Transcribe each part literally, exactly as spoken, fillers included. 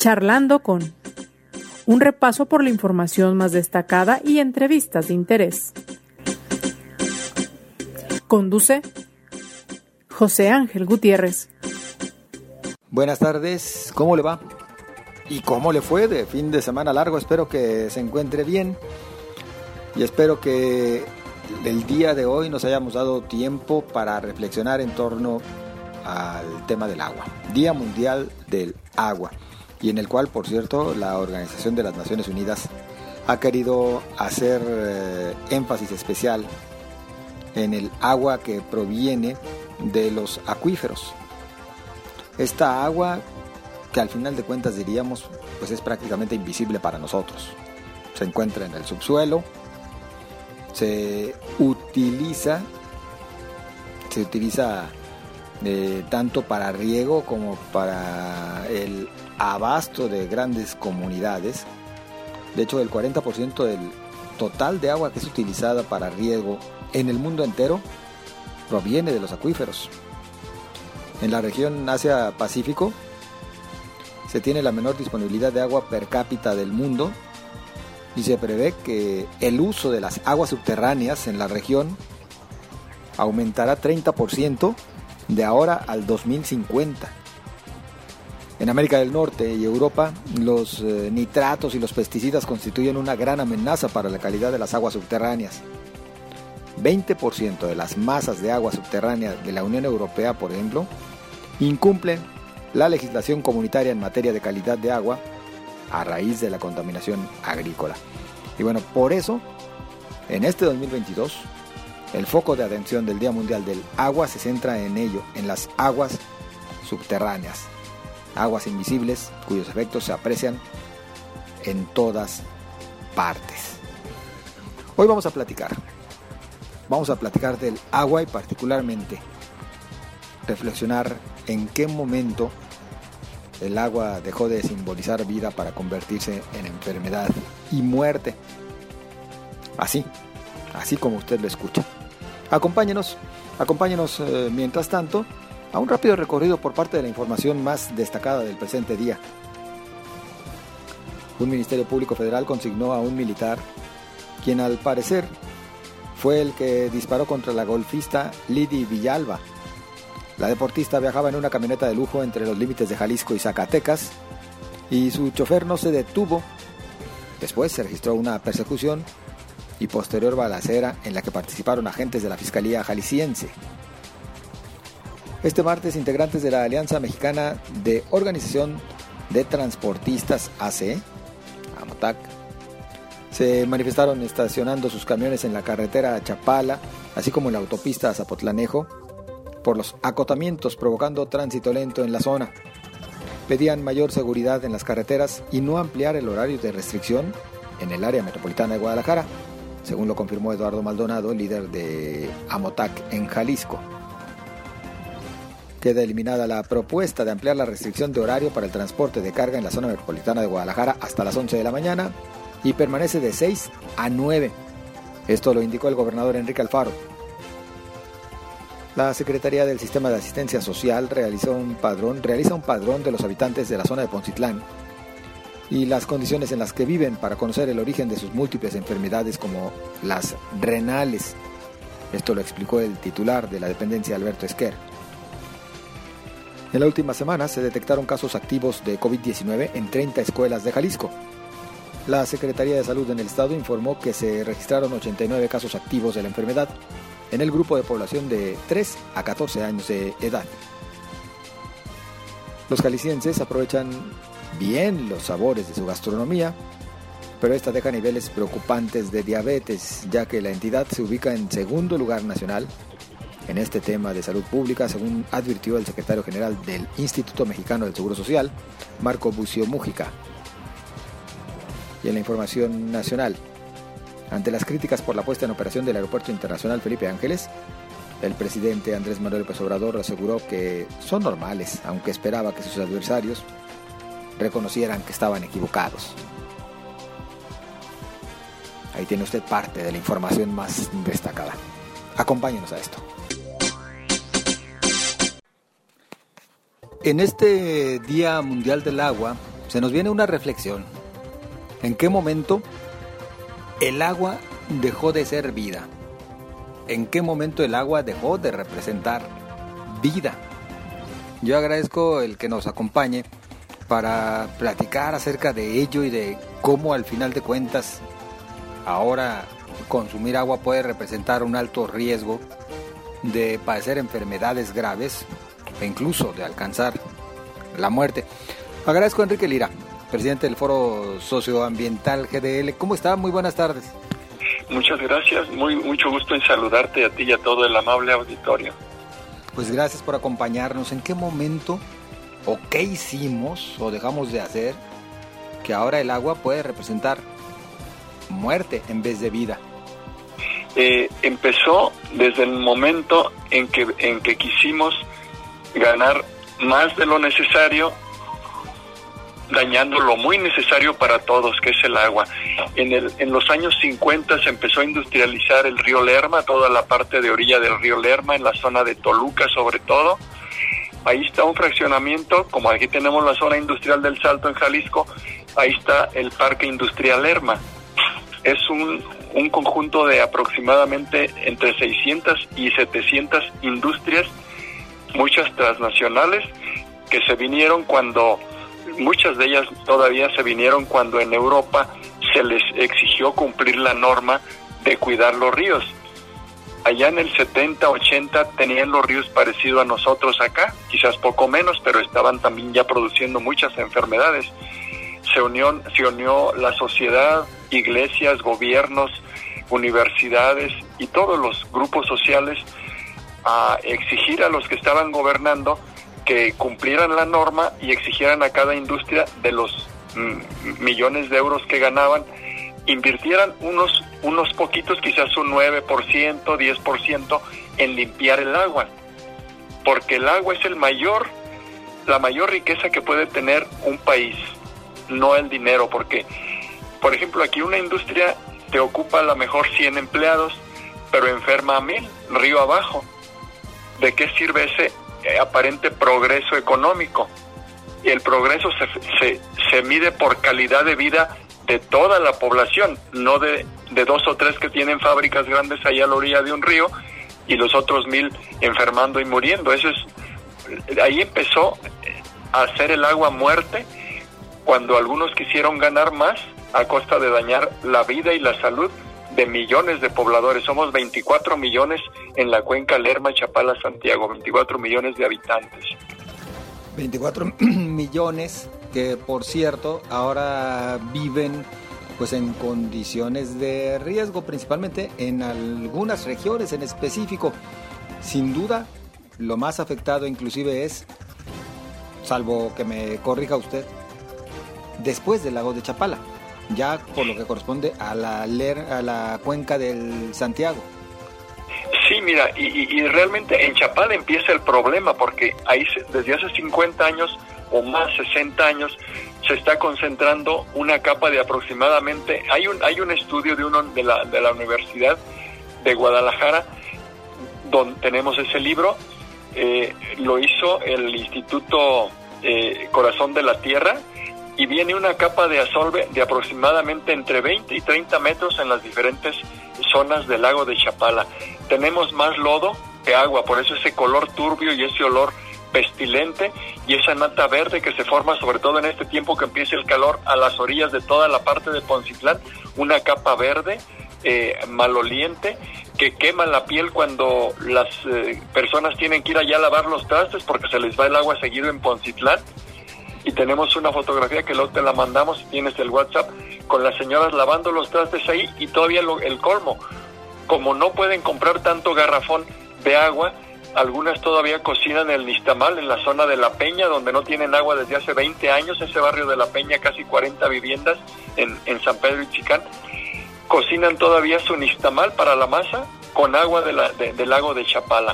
Charlando con un repaso por la información más destacada y entrevistas de interés. Conduce José Ángel Gutiérrez. Buenas tardes, ¿cómo le va? ¿Y cómo le fue de fin de semana largo? Espero que se encuentre bien y espero que el día de hoy nos hayamos dado tiempo para reflexionar en torno al tema del agua, Día Mundial del Agua, y en el cual, por cierto, la Organización de las Naciones Unidas ha querido hacer eh, énfasis especial en el agua que proviene de los acuíferos. Esta agua que al final de cuentas diríamos pues es prácticamente invisible para nosotros. Se encuentra en el subsuelo, se utiliza, se utiliza eh, tanto para riego como para el abasto de grandes comunidades. De hecho, el cuarenta por ciento del total de agua que es utilizada para riego en el mundo entero proviene de los acuíferos. En la región Asia-Pacífico se tiene la menor disponibilidad de agua per cápita del mundo y se prevé que el uso de las aguas subterráneas en la región aumentará treinta por ciento de ahora al dos mil cincuenta. En América del Norte y Europa, los eh, nitratos y los pesticidas constituyen una gran amenaza para la calidad de las aguas subterráneas. veinte por ciento de las masas de agua subterránea de la Unión Europea, por ejemplo, incumplen la legislación comunitaria en materia de calidad de agua a raíz de la contaminación agrícola. Y bueno, por eso, en este dos mil veintidós, el foco de atención del Día Mundial del Agua se centra en ello, en las aguas subterráneas, aguas invisibles cuyos efectos se aprecian en todas partes. Hoy vamos a platicar, vamos a platicar del agua y particularmente reflexionar en qué momento el agua dejó de simbolizar vida para convertirse en enfermedad y muerte. Así, así como usted lo escucha. Acompáñenos, acompáñenos eh, mientras tanto a un rápido recorrido por parte de la información más destacada del presente día. Un Ministerio Público Federal consignó a un militar, quien al parecer fue el que disparó contra la golfista Lidy Villalba. La deportista viajaba en una camioneta de lujo entre los límites de Jalisco y Zacatecas y su chofer no se detuvo. Después se registró una persecución y posterior balacera en la que participaron agentes de la Fiscalía Jalisciense. Este martes, integrantes de la Alianza Mexicana de Organización de Transportistas A C E, AMOTAC, se manifestaron estacionando sus camiones en la carretera a Chapala, así como en la autopista a Zapotlanejo, por los acotamientos provocando tránsito lento en la zona. Pedían mayor seguridad en las carreteras y no ampliar el horario de restricción en el área metropolitana de Guadalajara, según lo confirmó Eduardo Maldonado, líder de AMOTAC en Jalisco. Queda eliminada la propuesta de ampliar la restricción de horario para el transporte de carga en la zona metropolitana de Guadalajara hasta las once de la mañana y permanece de seis a nueve. Esto lo indicó el gobernador Enrique Alfaro. La Secretaría del Sistema de Asistencia Social realizó un padrón, realiza un padrón de los habitantes de la zona de Poncitlán y las condiciones en las que viven para conocer el origen de sus múltiples enfermedades como las renales. Esto lo explicó el titular de la dependencia, Alberto Esquer. En la última semana se detectaron casos activos de covid diecinueve en treinta escuelas de Jalisco. La Secretaría de Salud en el estado informó que se registraron ochenta y nueve casos activos de la enfermedad en el grupo de población de tres a catorce años de edad. Los jaliscienses aprovechan bien los sabores de su gastronomía, pero esta deja niveles preocupantes de diabetes, ya que la entidad se ubica en segundo lugar nacional en este tema de salud pública, según advirtió el secretario general del Instituto Mexicano del Seguro Social, Marco Bucio Mújica. Y en la información nacional, ante las críticas por la puesta en operación del Aeropuerto Internacional Felipe Ángeles, el presidente Andrés Manuel López Obrador aseguró que son normales, aunque esperaba que sus adversarios reconocieran que estaban equivocados. Ahí tiene usted parte de la información más destacada. Acompáñenos a esto. En este Día Mundial del Agua, se nos viene una reflexión. ¿En qué momento el agua dejó de ser vida? ¿En qué momento el agua dejó de representar vida? Yo agradezco el que nos acompañe para platicar acerca de ello y de cómo al final de cuentas ahora consumir agua puede representar un alto riesgo de padecer enfermedades graves e incluso de alcanzar la muerte. Agradezco a Enrique Lira, presidente del Foro Socioambiental G D L. ¿Cómo está? Muy buenas tardes. Muchas gracias, muy mucho gusto en saludarte a ti y a todo el amable auditorio. Pues gracias por acompañarnos. ¿En qué momento o qué hicimos o dejamos de hacer que ahora el agua puede representar muerte en vez de vida? Eh, empezó desde el momento en que, en que quisimos ganar más de lo necesario, dañando lo muy necesario para todos, que es el agua. En, el, en los años cincuenta se empezó a industrializar el río Lerma, toda la parte de orilla del río Lerma, en la zona de Toluca sobre todo. Ahí está un fraccionamiento, como aquí tenemos la zona industrial del Salto en Jalisco, ahí está el Parque Industrial Lerma. Es un, un conjunto de aproximadamente entre seiscientas y setecientas industrias, muchas transnacionales, que se vinieron cuando, muchas de ellas todavía se vinieron cuando en Europa se les exigió cumplir la norma de cuidar los ríos. Allá en el setenta, ochenta tenían los ríos parecido a nosotros acá, quizás poco menos, pero estaban también ya produciendo muchas enfermedades. Se unió, se unió la sociedad, iglesias, gobiernos, universidades y todos los grupos sociales a exigir a los que estaban gobernando que cumplieran la norma y exigieran a cada industria de los mm, millones de euros que ganaban, invirtieran unos, unos poquitos, quizás un nueve por ciento, diez por ciento en limpiar el agua, porque el agua es el mayor, la mayor riqueza que puede tener un país, no el dinero, porque, por ejemplo, aquí una industria te ocupa a lo mejor cien empleados, pero enferma a mil, río abajo. ¿De qué sirve ese eh, aparente progreso económico? Y el progreso se, se, se mide por calidad de vida de toda la población, no de, de dos o tres que tienen fábricas grandes allá a la orilla de un río y los otros mil enfermando y muriendo. Eso es, ahí empezó a hacer el agua muerte, cuando algunos quisieron ganar más a costa de dañar la vida y la salud de millones de pobladores. Somos veinticuatro millones en la cuenca Lerma, Chapala, Santiago, veinticuatro millones de habitantes. veinticuatro millones que, por cierto, ahora viven pues en condiciones de riesgo, principalmente en algunas regiones en específico. Sin duda, lo más afectado inclusive es, salvo que me corrija usted, después del lago de Chapala, ya por lo que corresponde a la, Ler, a la cuenca del Santiago. Sí, mira, y, y, y realmente en Chapala empieza el problema, porque ahí se, desde hace cincuenta años o más, sesenta años, se está concentrando una capa de aproximadamente, hay un hay un estudio de uno de la de la Universidad de Guadalajara, donde tenemos ese libro, eh, lo hizo el Instituto eh, Corazón de la Tierra, y viene una capa de asolve de aproximadamente entre veinte y treinta metros en las diferentes zonas del lago de Chapala. Tenemos más lodo que agua, por eso ese color turbio y ese olor pestilente y esa nata verde que se forma, sobre todo en este tiempo que empieza el calor, a las orillas de toda la parte de Poncitlán, una capa verde eh, maloliente que quema la piel cuando las eh, personas tienen que ir allá a lavar los trastes porque se les va el agua seguido en Poncitlán. Y tenemos una fotografía que luego te la mandamos, si tienes el WhatsApp, con las señoras lavando los trastes ahí, y todavía lo, el colmo, como no pueden comprar tanto garrafón de agua, algunas todavía cocinan el nixtamal en la zona de La Peña, donde no tienen agua desde hace veinte años, ese barrio de La Peña, casi cuarenta viviendas en, en San Pedro y Chicán, cocinan todavía su nixtamal para la masa con agua de la, de, del lago de Chapala.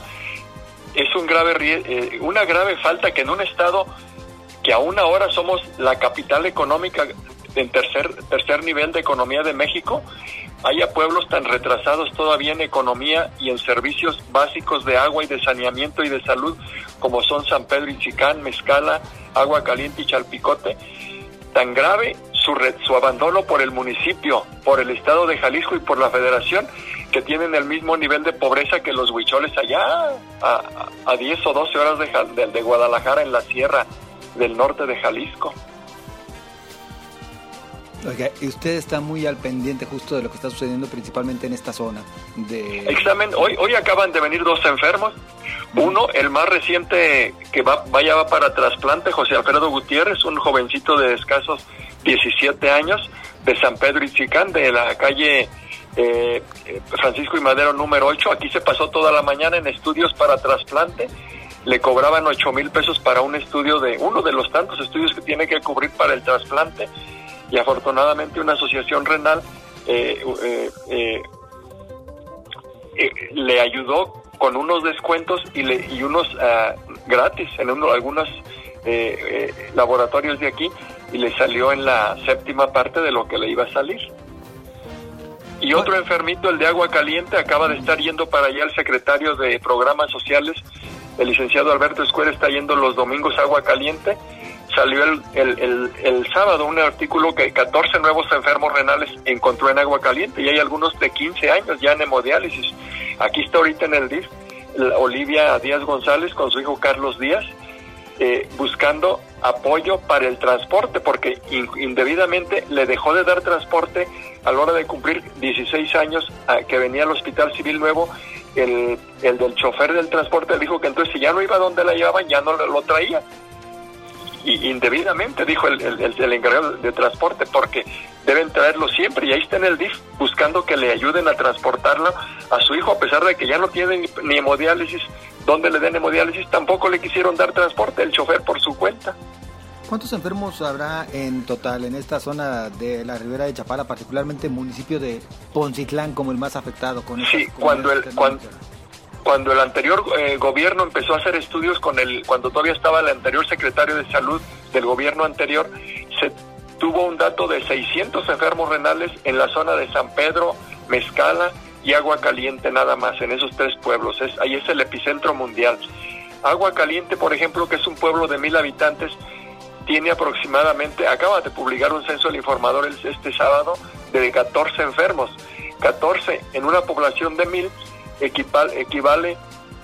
Es un grave, eh, una grave falta que en un estado que aún ahora somos la capital económica en tercer tercer nivel de economía de México, haya pueblos tan retrasados todavía en economía y en servicios básicos de agua y de saneamiento y de salud, como son San Pedro y Chicán, Mezcala, Agua Caliente y Chalpicote, tan grave su, re, su abandono por el municipio, por el estado de Jalisco y por la federación, que tienen el mismo nivel de pobreza que los huicholes allá, a, a diez o doce horas de, de, de Guadalajara, en la sierra del norte de Jalisco. Oiga, y usted está muy al pendiente justo de lo que está sucediendo principalmente en esta zona de... Examen, hoy hoy acaban de venir dos enfermos. Uno, el más reciente que va vaya va para trasplante, José Alfredo Gutiérrez, un jovencito de escasos diecisiete años, de San Pedro Itzicán, de la calle eh, Francisco y Madero número ocho. Aquí se pasó toda la mañana en estudios para trasplante. Le cobraban ocho mil pesos para un estudio de uno de los tantos estudios que tiene que cubrir para el trasplante. Y afortunadamente una asociación renal eh, eh, eh, eh, le ayudó con unos descuentos y, le, y unos uh, gratis en uno, algunos eh, eh, laboratorios de aquí, y le salió en la séptima parte de lo que le iba a salir. Y otro enfermito, el de agua caliente, acaba de estar yendo para allá el secretario de Programas Sociales, el licenciado Alberto Escuera, está yendo los domingos a agua caliente. Salió el, el, el, el sábado un artículo que catorce nuevos enfermos renales encontró en agua caliente, y hay algunos de quince años ya en hemodiálisis. Aquí está ahorita en el D I F Olivia Díaz González con su hijo Carlos Díaz, eh, buscando apoyo para el transporte, porque in, indebidamente le dejó de dar transporte a la hora de cumplir dieciséis años, a, que venía al Hospital Civil Nuevo. El, el del chofer del transporte dijo que entonces si ya no iba donde la llevaban, ya no lo traía. Y indebidamente, dijo el, el, el encargado de transporte, porque deben traerlo siempre, y ahí está en el D I F buscando que le ayuden a transportarlo a su hijo, a pesar de que ya no tiene ni, ni hemodiálisis. Donde le den hemodiálisis tampoco le quisieron dar transporte, el chofer por su cuenta. ¿Cuántos enfermos habrá en total en esta zona de la Ribera de Chapala, particularmente el municipio de Poncitlán como el más afectado? Con sí, cuando el... Cuando, Cuando el anterior eh, gobierno empezó a hacer estudios con el, cuando todavía estaba el anterior secretario de salud del gobierno anterior, se tuvo un dato de seiscientos enfermos renales en la zona de San Pedro, Mezcala y Agua Caliente, nada más, en esos tres pueblos. Es, ahí es el epicentro mundial. Agua Caliente, por ejemplo, que es un pueblo de mil habitantes, tiene aproximadamente, acaba de publicar un censo del Informador este sábado, de catorce enfermos. catorce en una población de mil, Equipal, equivale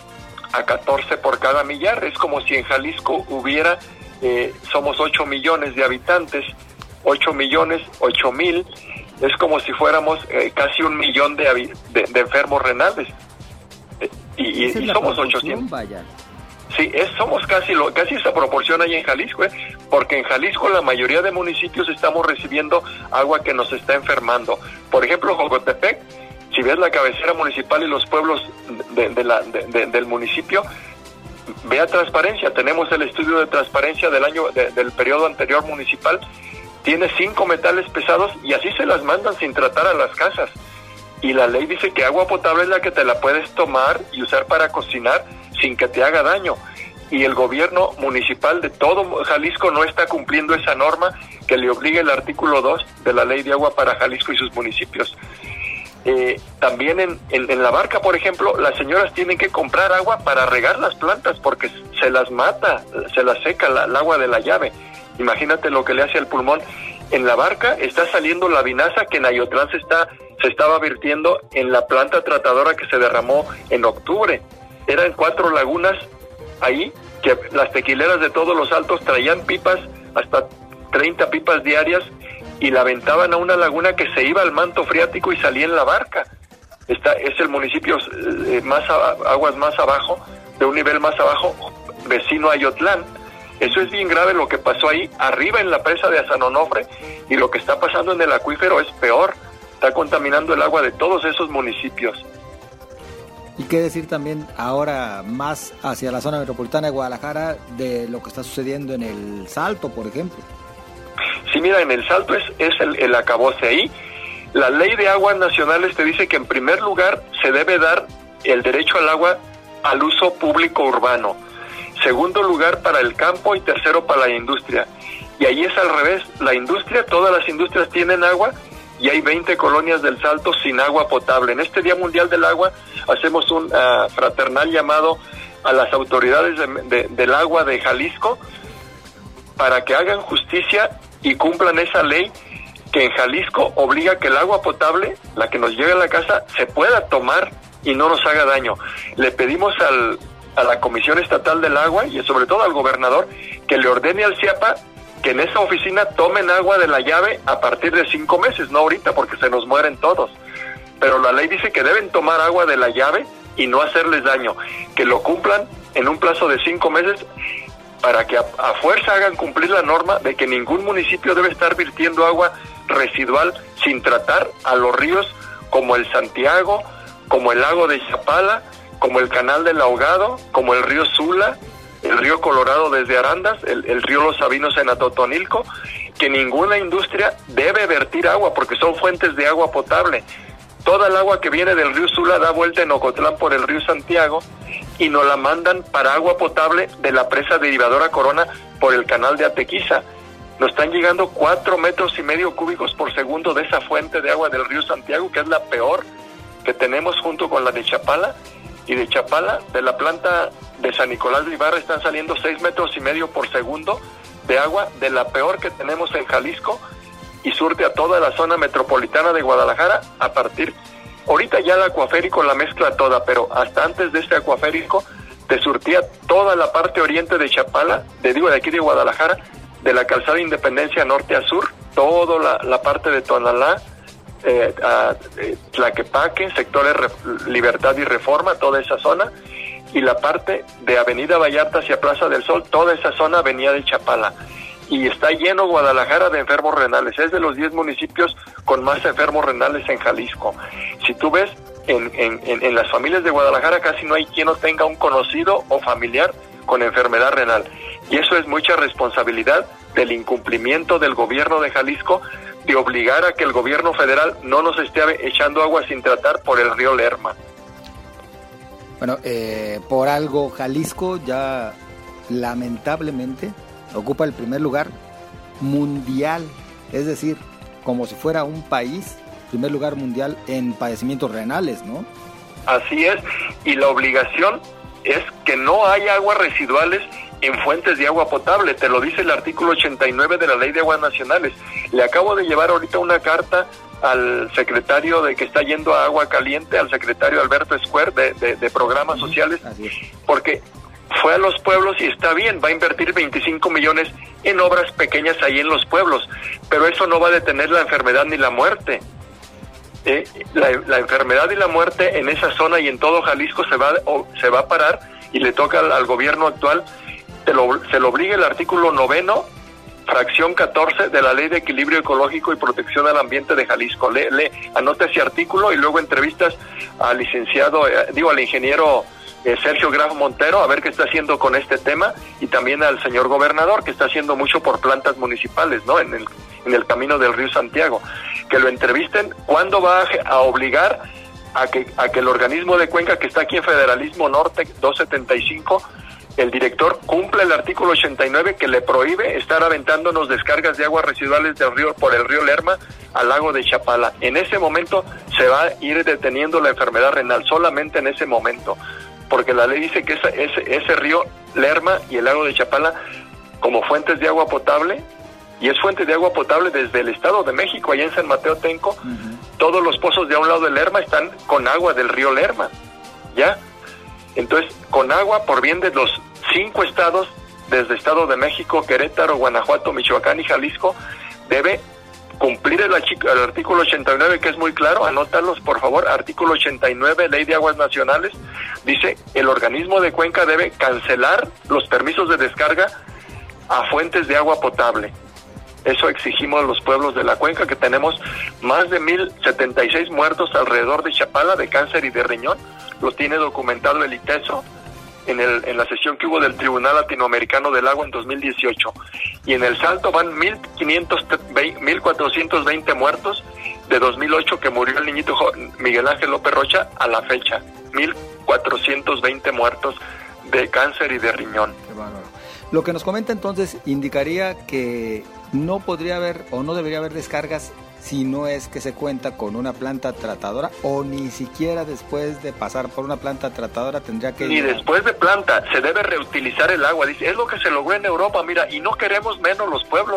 a catorce por cada millar. Es como si en Jalisco hubiera, eh, somos ocho millones de habitantes, ocho millones, ocho mil, es como si fuéramos eh, casi un millón de, de, de enfermos renales. Eh, y, y, y somos ochocientos. Vaya. Sí, es, somos casi lo, casi esa proporción ahí en Jalisco, ¿eh? Porque en Jalisco la mayoría de municipios estamos recibiendo agua que nos está enfermando. Por ejemplo, Jocotepec, si ves la cabecera municipal y los pueblos de, de la, de, de, del municipio, vea transparencia. Tenemos el estudio de transparencia del año de, del periodo anterior municipal. Tiene cinco metales pesados y así se las mandan sin tratar a las casas. Y la ley dice que agua potable es la que te la puedes tomar y usar para cocinar sin que te haga daño. Y el gobierno municipal de todo Jalisco no está cumpliendo esa norma que le obliga el artículo dos de la ley de agua para Jalisco y sus municipios. Eh, también en, en, en la Barca, por ejemplo, las señoras tienen que comprar agua para regar las plantas porque se las mata, se las seca la, el agua de la llave. Imagínate lo que le hace al pulmón. En la Barca está saliendo la vinaza que en Ayotlán se, está, se estaba vertiendo en la planta tratadora que se derramó en octubre. Eran cuatro lagunas ahí que las tequileras de todos los altos traían pipas, hasta treinta pipas diarias, y la aventaban a una laguna que se iba al manto freático y salía en la Barca. Está, es el municipio eh, más a, aguas más abajo, de un nivel más abajo, vecino a Ayotlán. Eso es bien grave lo que pasó ahí, arriba en la presa de San Onofre, y lo que está pasando en el acuífero es peor. Está contaminando el agua de todos esos municipios. Y qué decir también ahora más hacia la zona metropolitana de Guadalajara de lo que está sucediendo en el Salto, por ejemplo. Sí, mira, en el Salto es, es el, el acabose ahí. La ley de aguas nacionales te dice que en primer lugar se debe dar el derecho al agua al uso público urbano. Segundo lugar para el campo y tercero para la industria. Y ahí es al revés, la industria, todas las industrias tienen agua y hay veinte colonias del Salto sin agua potable. En este Día Mundial del Agua hacemos un uh, fraternal llamado a las autoridades de, de, del agua de Jalisco para que hagan justicia y cumplan esa ley que en Jalisco obliga que el agua potable, la que nos llega a la casa, se pueda tomar y no nos haga daño. Le pedimos al, a la Comisión Estatal del Agua y sobre todo al gobernador que le ordene al CIAPA que en esa oficina tomen agua de la llave a partir de cinco meses, no ahorita porque se nos mueren todos. Pero la ley dice que deben tomar agua de la llave y no hacerles daño, que lo cumplan en un plazo de cinco meses para que a, a fuerza hagan cumplir la norma de que ningún municipio debe estar virtiendo agua residual sin tratar a los ríos como el Santiago, como el lago de Chapala, como el Canal del Ahogado, como el río Sula, el río Colorado desde Arandas, el, el río Los Sabinos en Atotonilco, que ninguna industria debe vertir agua porque son fuentes de agua potable. Toda el agua que viene del río Sula da vuelta en Ocotlán por el río Santiago y nos la mandan para agua potable de la presa derivadora Corona por el canal de Atequiza. Nos están llegando cuatro metros y medio cúbicos por segundo de esa fuente de agua del río Santiago, que es la peor que tenemos junto con la de Chapala. Y de Chapala, de la planta de San Nicolás de Ibarra, están saliendo seis metros y medio por segundo de agua, de la peor que tenemos en Jalisco, y surte a toda la zona metropolitana de Guadalajara a partir, ahorita ya el acuaférico la mezcla toda, pero hasta antes de este acuaférico te surtía toda la parte oriente de Chapala, de digo de aquí de Guadalajara, de la calzada Independencia norte a sur, toda la, la parte de Tonalá, eh, a, eh, Tlaquepaque, sectores Re, Libertad y Reforma, toda esa zona, y la parte de Avenida Vallarta hacia Plaza del Sol, toda esa zona venía de Chapala. Y está lleno Guadalajara de enfermos renales. Es de los diez municipios con más enfermos renales en Jalisco. Si tú ves, en, en, en, en las familias de Guadalajara casi no hay quien no tenga un conocido o familiar con enfermedad renal. Y eso es mucha responsabilidad del incumplimiento del gobierno de Jalisco de obligar a que el gobierno federal no nos esté echando agua sin tratar por el río Lerma. Bueno, eh, por algo Jalisco ya lamentablemente ocupa el primer lugar mundial, es decir, como si fuera un país, primer lugar mundial en padecimientos renales, ¿no? Así es, y la obligación es que no haya aguas residuales en fuentes de agua potable, te lo dice el artículo ochenta y nueve de la Ley de Aguas Nacionales. Le acabo de llevar ahorita una carta al secretario de que está yendo a Agua Caliente, al secretario Alberto Escuer de, de, de Programas Sociales, porque fue a los pueblos y está bien, va a invertir veinticinco millones en obras pequeñas ahí en los pueblos, pero eso no va a detener la enfermedad ni la muerte. Eh, la, la enfermedad y la muerte en esa zona y en todo Jalisco se va, o, se va a parar y le toca al, al gobierno actual, se lo, se lo obliga el artículo noveno, fracción catorce de la Ley de Equilibrio Ecológico y Protección al Ambiente de Jalisco. Le, le anota ese artículo y luego entrevistas al licenciado, eh, digo al ingeniero eh, Sergio Graf Montero, a ver qué está haciendo con este tema, y también al señor gobernador, que está haciendo mucho por plantas municipales, ¿no? En el, en el camino del río Santiago. Que lo entrevisten, ¿cuándo va a, a obligar a que, a que el organismo de Cuenca, que está aquí en Federalismo Norte doscientos setenta y cinco, el director cumple el artículo ochenta y nueve que le prohíbe estar aventándonos descargas de aguas residuales del río por el río Lerma al lago de Chapala? En ese momento se va a ir deteniendo la enfermedad renal, solamente en ese momento, porque la ley dice que ese, ese, ese río Lerma y el lago de Chapala, como fuentes de agua potable, y es fuente de agua potable desde el Estado de México, allá en San Mateo Tenco, uh-huh. Todos los pozos de a un lado del Lerma están con agua del río Lerma, ¿ya? Entonces, con agua por bien de los cinco estados, desde Estado de México, Querétaro, Guanajuato, Michoacán y Jalisco, debe cumplir el, el artículo ochenta y nueve, que es muy claro, anótalos por favor, artículo ochenta y nueve, Ley de Aguas Nacionales, dice, el organismo de Cuenca debe cancelar los permisos de descarga a fuentes de agua potable. Eso exigimos a los pueblos de la Cuenca, que tenemos más de mil setenta y seis muertos alrededor de Chapala de cáncer y de riñón. Lo tiene documentado el ITESO en, el, en la sesión que hubo del Tribunal Latinoamericano del Agua en dos mil dieciocho. Y en el Salto van mil cuatrocientos veinte muertos de dos mil ocho, que murió el niñito Miguel Ángel López Rocha, a la fecha. mil cuatrocientos veinte muertos de cáncer y de riñón. Qué bárbaro. Lo que nos comenta entonces indicaría que no podría haber o no debería haber descargas si no es que se cuenta con una planta tratadora, o ni siquiera después de pasar por una planta tratadora tendría que... Ni después de planta, se debe reutilizar el agua. Dice, es lo que se logró en Europa, mira, y no queremos menos los pueblos.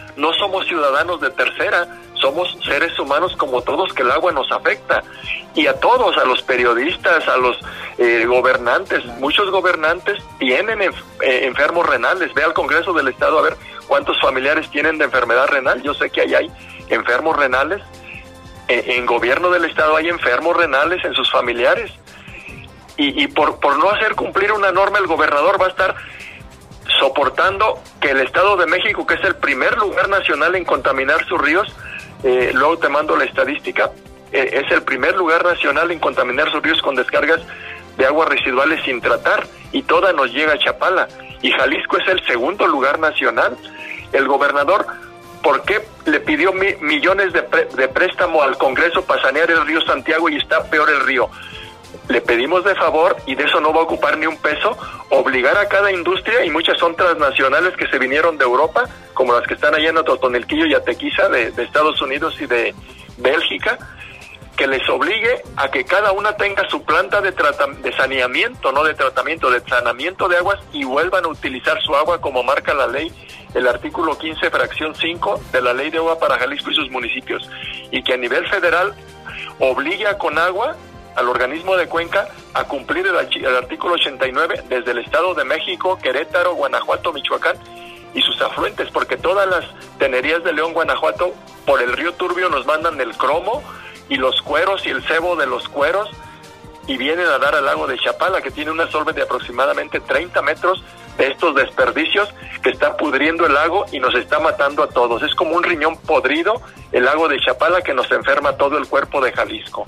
no somos ciudadanos de tercera, somos seres humanos como todos, que el agua nos afecta. Y a todos, a los periodistas, a los eh, gobernantes, muchos gobernantes tienen enf- eh, enfermos renales. Ve al Congreso del Estado a ver cuántos familiares tienen de enfermedad renal. Yo sé que ahí hay enfermos renales. Eh, en gobierno del Estado hay enfermos renales en sus familiares. Y, y por, por no hacer cumplir una norma, el gobernador va a estar soportando que el Estado de México, que es el primer lugar nacional en contaminar sus ríos, eh, luego te mando la estadística, eh, es el primer lugar nacional en contaminar sus ríos con descargas de aguas residuales sin tratar, y toda nos llega a Chapala, y Jalisco es el segundo lugar nacional. El gobernador, ¿por qué le pidió mi, millones de, pre, de préstamo al Congreso para sanear el río Santiago y está peor el río? Le pedimos de favor, y de eso no va a ocupar ni un peso, obligar a cada industria, y muchas son transnacionales que se vinieron de Europa, como las que están allá en Totonilquillo y Atequiza, de, de Estados Unidos y de Bélgica, que les obligue a que cada una tenga su planta de, trata, de saneamiento, no de tratamiento, de saneamiento de aguas, y vuelvan a utilizar su agua como marca la ley, el artículo quince, fracción cinco de la Ley de Agua para Jalisco y sus municipios, y que a nivel federal obligue a Conagua, al organismo de Cuenca, a cumplir el, el artículo ochenta y nueve desde el Estado de México, Querétaro, Guanajuato, Michoacán y sus afluentes, porque todas las tenerías de León, Guanajuato, por el río Turbio nos mandan el cromo y los cueros y el cebo de los cueros, y vienen a dar al lago de Chapala, que tiene una solve de aproximadamente treinta metros de estos desperdicios que está pudriendo el lago y nos está matando a todos. Es como un riñón podrido el lago de Chapala, que nos enferma todo el cuerpo de Jalisco.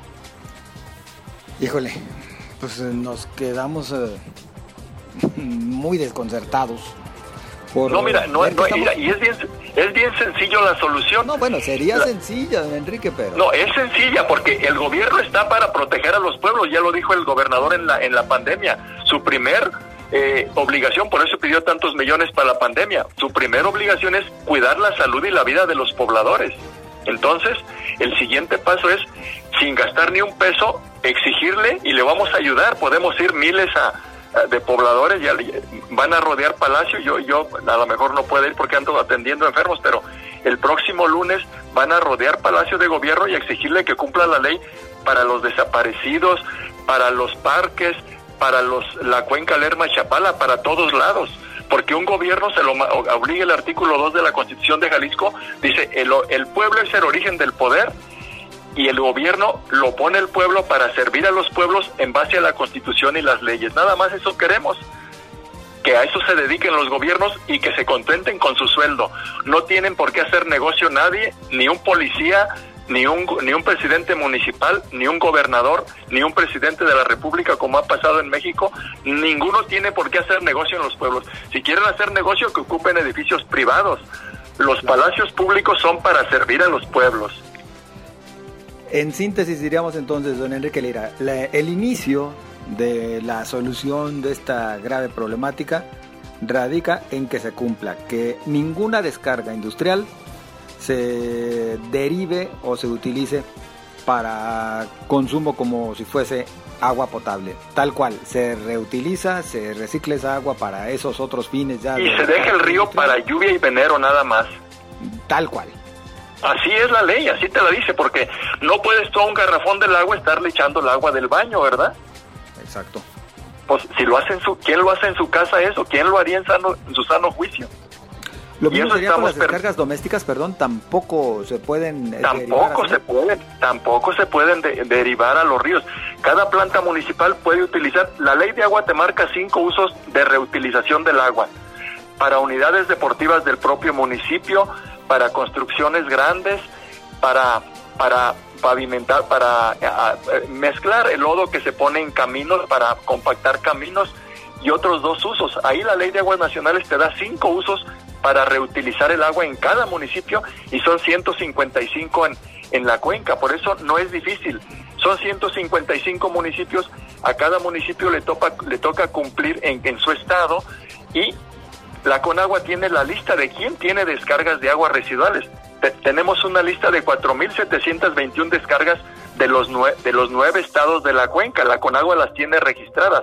Híjole, pues nos quedamos eh, muy desconcertados. Por no, mira, no, no estamos... mira, y es bien, es bien sencillo la solución. No, bueno, sería la... sencilla, don Enrique, pero... No, es sencilla, porque el gobierno está para proteger a los pueblos, ya lo dijo el gobernador en la, en la pandemia. Su primer eh, obligación, por eso pidió tantos millones para la pandemia, su primera obligación es cuidar la salud y la vida de los pobladores. Entonces, el siguiente paso es, sin gastar ni un peso, exigirle, y le vamos a ayudar. Podemos ir miles a, a de pobladores, ya van a rodear Palacio. Yo yo a lo mejor no puedo ir porque ando atendiendo enfermos, pero el próximo lunes van a rodear Palacio de Gobierno y exigirle que cumpla la ley para los desaparecidos, para los parques, para los la cuenca Lerma-Chapala, para todos lados. Porque un gobierno se lo obliga, el artículo dos de la Constitución de Jalisco, dice, el, el pueblo es el origen del poder, y el gobierno lo pone el pueblo para servir a los pueblos en base a la Constitución y las leyes. Nada más eso queremos, que a eso se dediquen los gobiernos y que se contenten con su sueldo. No tienen por qué hacer negocio nadie, ni un policía, ni un ni un presidente municipal, ni un gobernador, ni un presidente de la República, como ha pasado en México. Ninguno tiene por qué hacer negocio en los pueblos. Si quieren hacer negocio, que ocupen edificios privados. Los palacios públicos son para servir a los pueblos. En síntesis diríamos entonces, don Enrique Lira, la, el inicio de la solución de esta grave problemática radica en que se cumpla que ninguna descarga industrial se derive o se utilice para consumo como si fuese agua potable, tal cual, se reutiliza, se recicla esa agua para esos otros fines ya. Y de se deja el río para lluvia y venero nada más. Tal cual. Así es la ley, así te la dice, porque no puedes tú a un garrafón del agua estarle echando el agua del baño, ¿verdad? Exacto. Pues si lo hace en su, ¿quién lo hace en su casa eso? ¿Quién lo haría en, sano, en su sano juicio? Lo mismo sería con las descargas per... domésticas, perdón, tampoco se pueden tampoco se pueden, tampoco se pueden de, derivar a los ríos. Cada planta municipal puede utilizar, la ley de agua te marca cinco usos de reutilización del agua, para unidades deportivas del propio municipio, para construcciones grandes, para para pavimentar, para a, a, mezclar el lodo que se pone en caminos, para compactar caminos, y otros dos usos. Ahí la ley de aguas nacionales te da cinco usos para reutilizar el agua en cada municipio, y son ciento cincuenta y cinco en, en la cuenca. Por eso no es difícil, son ciento cincuenta y cinco municipios, a cada municipio le toca, le toca cumplir en, en su estado, y la Conagua tiene la lista de quién tiene descargas de aguas residuales. Te, tenemos una lista de cuatro mil setecientas veintiuna descargas de los, nue, de los nueve estados de la cuenca. La Conagua las tiene registradas.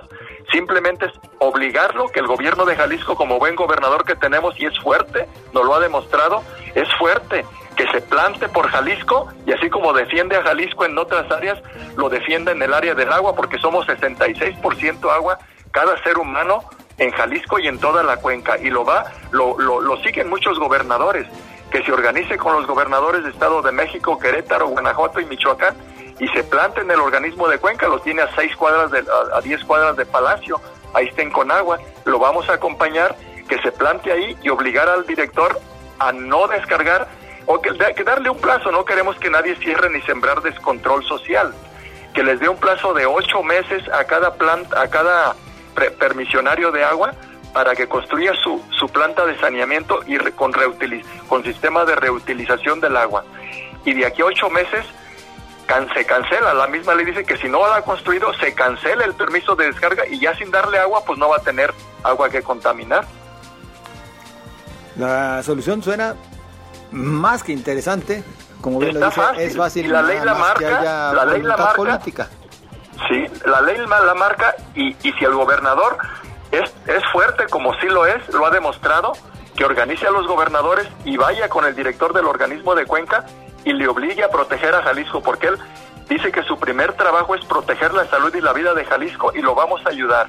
simplemente es obligarlo, que el gobierno de Jalisco, como buen gobernador que tenemos, y es fuerte, nos lo ha demostrado, es fuerte, que se plante por Jalisco, y así como defiende a Jalisco en otras áreas, lo defiende en el área del agua, porque somos sesenta y seis por ciento agua, cada ser humano en Jalisco y en toda la cuenca, y lo va, lo, lo, lo siguen muchos gobernadores, que se organice con los gobernadores de Estado de México, Querétaro, Guanajuato y Michoacán, y se plante en el organismo de Cuenca, lo tiene a seis cuadras, de, a, a diez cuadras de Palacio, ahí está en Conagua, lo vamos a acompañar, que se plante ahí y obligar al director a no descargar, o que, que darle un plazo, no queremos que nadie cierre ni sembrar descontrol social, que les dé un plazo de ocho meses a cada planta, a cada pre, permisionario de agua, para que construya su, su planta de saneamiento y re, con, reutiliz, con sistema de reutilización del agua. Y de aquí a ocho meses can, se cancela, la misma ley dice que si no lo ha construido, se cancela el permiso de descarga y ya sin darle agua, pues no va a tener agua que contaminar. La solución suena más que interesante, como bien lo dice, fácil. Es fácil, y la ley la marca, que haya la ley la marca, política. Sí, la ley la marca y, y si el gobernador es, es fuerte, como sí lo es, lo ha demostrado, que organice a los gobernadores y vaya con el director del organismo de Cuenca y le obligue a proteger a Jalisco, porque él dice que su primer trabajo es proteger la salud y la vida de Jalisco y lo vamos a ayudar.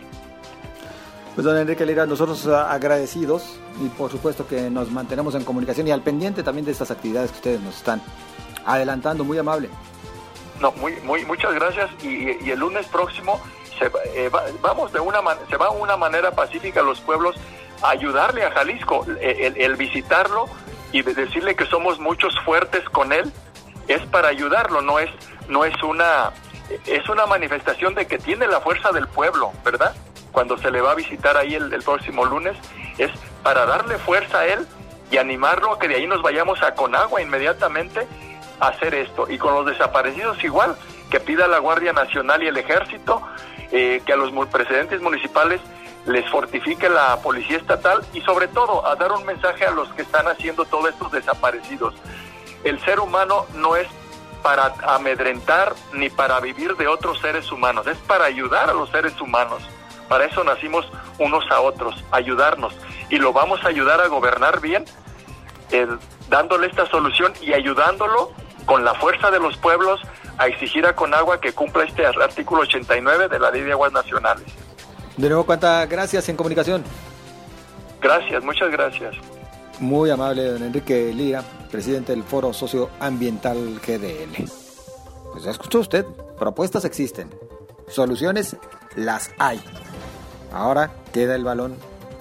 Pues don Enrique Lira, nosotros agradecidos y por supuesto que nos mantenemos en comunicación y al pendiente también de estas actividades que ustedes nos están adelantando, muy amable. No, muy, muy, muchas gracias y, y el lunes próximo se, eh, va, vamos de una man, se va de una manera pacífica a los pueblos a ayudarle a Jalisco, el, el, el visitarlo y de decirle que somos muchos fuertes con él, es para ayudarlo, no es, no es una, es una manifestación de que tiene la fuerza del pueblo, ¿verdad? Cuando se le va a visitar ahí el, el próximo lunes, es para darle fuerza a él y animarlo a que de ahí nos vayamos a Conagua inmediatamente a hacer esto. Y con los desaparecidos igual, que pida a la Guardia Nacional y el Ejército, eh, que a los presidentes municipales les fortifique la Policía Estatal y sobre todo a dar un mensaje a los que están haciendo todos estos desaparecidos. El ser humano no es para amedrentar ni para vivir de otros seres humanos, es para ayudar a los seres humanos. Para eso nacimos unos a otros, ayudarnos. Y lo vamos a ayudar a gobernar bien, eh, dándole esta solución y ayudándolo con la fuerza de los pueblos a exigir a Conagua que cumpla este artículo ochenta y nueve de la Ley de Aguas Nacionales. De nuevo, cuántas gracias en comunicación. Gracias, muchas gracias. Muy amable don Enrique Lira, presidente del Foro Socioambiental G D L. Pues ya escuchó usted, propuestas existen, soluciones las hay. Ahora queda el balón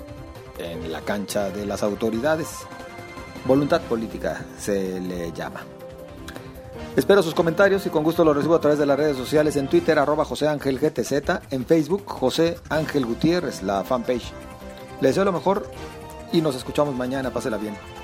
en la cancha de las autoridades. Voluntad política se le llama. Espero sus comentarios y con gusto los recibo a través de las redes sociales, en Twitter, arroba José Ángel G T Z, en Facebook, José Ángel Gutiérrez, la fanpage. Les deseo lo mejor y nos escuchamos mañana. Pásela bien.